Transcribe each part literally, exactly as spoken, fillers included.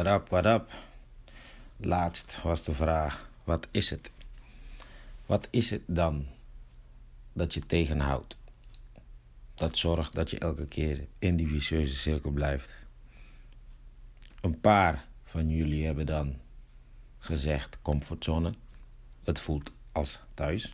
What up, what up? Laatst was de vraag, wat is het? Wat is het dan dat je tegenhoudt? Dat zorgt dat je elke keer in die vicieuze cirkel blijft. Een paar van jullie hebben dan gezegd comfortzone. Het voelt als thuis.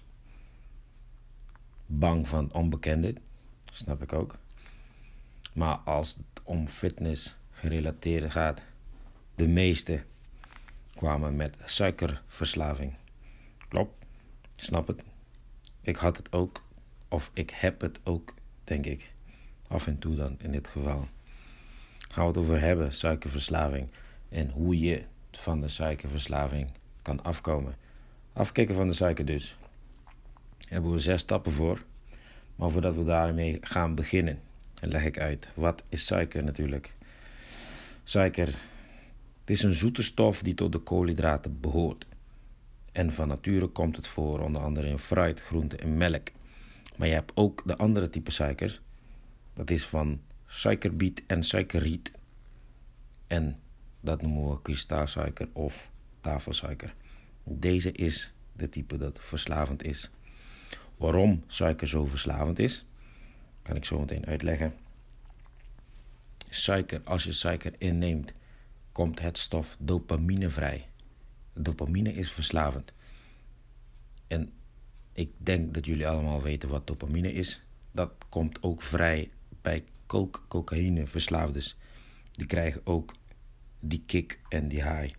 Bang van onbekende, snap ik ook. Maar als het om fitness gerelateerd gaat, de meeste kwamen met suikerverslaving. Klopt, snap het. Ik had het ook, of ik heb het ook, denk ik. Af en toe dan in dit geval. Gaan we het over hebben, suikerverslaving. En hoe je van de suikerverslaving kan afkomen. Afkicken van de suiker dus. Daar hebben we zes stappen voor. Maar voordat we daarmee gaan beginnen, leg ik uit. Wat is suiker natuurlijk? Suiker, het is een zoete stof die tot de koolhydraten behoort. En van nature komt het voor, onder andere in fruit, groente en melk. Maar je hebt ook de andere type suiker. Dat is van suikerbiet en suikerriet. En dat noemen we kristalsuiker of tafelsuiker. Deze is de type dat verslavend is. Waarom suiker zo verslavend is, kan ik zo meteen uitleggen. Suiker, als je suiker inneemt, komt het stof dopamine vrij. Dopamine is verslavend. En ik denk dat jullie allemaal weten wat dopamine is. Dat komt ook vrij bij coke, cocaïne verslaafdes. Die krijgen ook die kick en die high.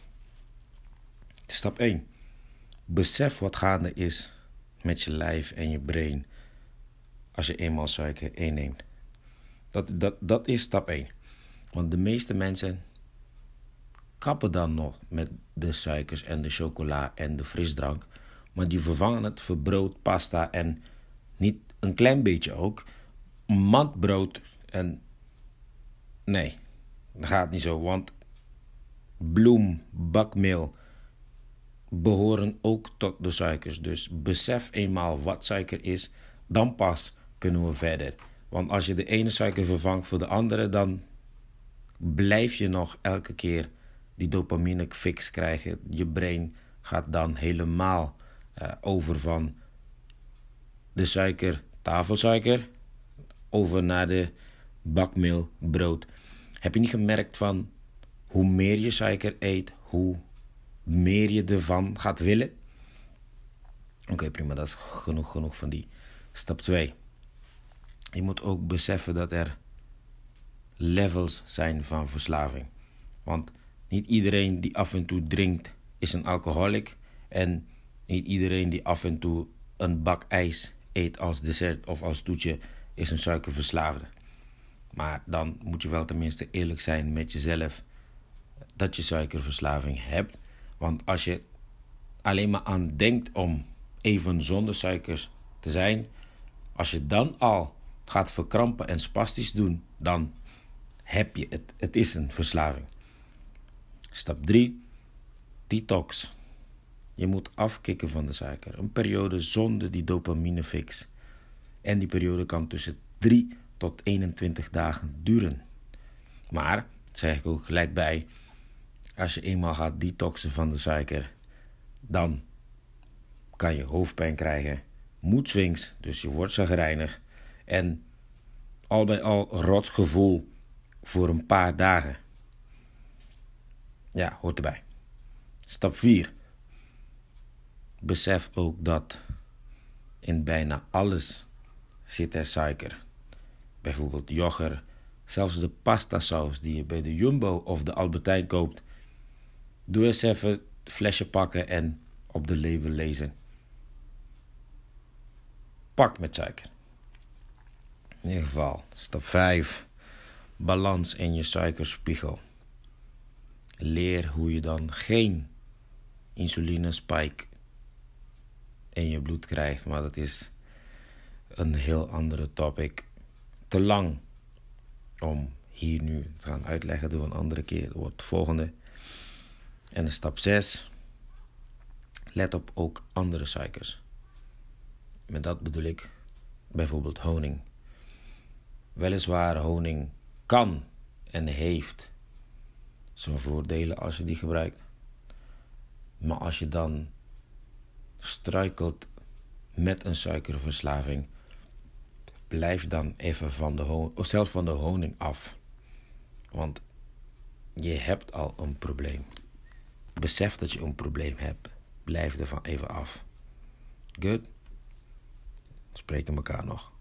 Stap één. Besef wat gaande is met je lijf en je brein als je eenmaal suiker inneemt. Dat, dat, dat is stap één. Want de meeste mensen kappen dan nog met de suikers en de chocola en de frisdrank. Maar die vervangen het voor brood, pasta en niet een klein beetje ook. Mandbrood en nee, dat gaat niet zo. Want bloem, bakmeel behoren ook tot de suikers. Dus besef eenmaal wat suiker is, dan pas kunnen we verder. Want als je de ene suiker vervangt voor de andere, dan blijf je nog elke keer die dopamine fix krijgen. Je brein gaat dan helemaal uh, over van de suiker, tafelsuiker, over naar de bakmeel, brood. Heb je niet gemerkt van hoe meer je suiker eet, hoe meer je ervan gaat willen? Oké, okay, prima, dat is genoeg, genoeg van die. Stap twee. Je moet ook beseffen dat er levels zijn van verslaving. Want niet iedereen die af en toe drinkt is een alcoholic. En niet iedereen die af en toe een bak ijs eet als dessert of als toetje is een suikerverslaafde. Maar dan moet je wel tenminste eerlijk zijn met jezelf dat je suikerverslaving hebt. Want als je alleen maar aan denkt om even zonder suikers te zijn, als je dan al gaat verkrampen en spastisch doen, dan heb je het. Het is een verslaving. Stap drie. Detox. Je moet afkicken van de suiker. Een periode zonder die dopamine fix. En die periode kan tussen drie tot eenentwintig dagen duren. Maar, dat zeg ik ook gelijk bij, als je eenmaal gaat detoxen van de suiker, dan kan je hoofdpijn krijgen, moedswings, dus je wordt chagrijnig en al bij al rot gevoel voor een paar dagen. Ja, hoort erbij. Stap vier. Besef ook dat in bijna alles zit er suiker. Bijvoorbeeld yoghurt, zelfs de pastasaus die je bij de Jumbo of de Albertijn koopt. Doe eens even het flesje pakken en op de label lezen. Pak met suiker. In ieder geval, stap vijf. Balans in je suikerspiegel. Leer hoe je dan geen insulinespike in je bloed krijgt. Maar dat is een heel andere topic. Te lang om hier nu te gaan uitleggen. Doe een andere keer. Dat wordt het volgende. En stap zes. Let op ook andere suikers. Met dat bedoel ik bijvoorbeeld honing. Weliswaar honing kan en heeft zijn voordelen als je die gebruikt. Maar als je dan struikelt met een suikerverslaving, blijf dan even van de honing, of zelfs van de honing af. Want je hebt al een probleem. Besef dat je een probleem hebt. Blijf er van even af. Good? We spreken elkaar nog.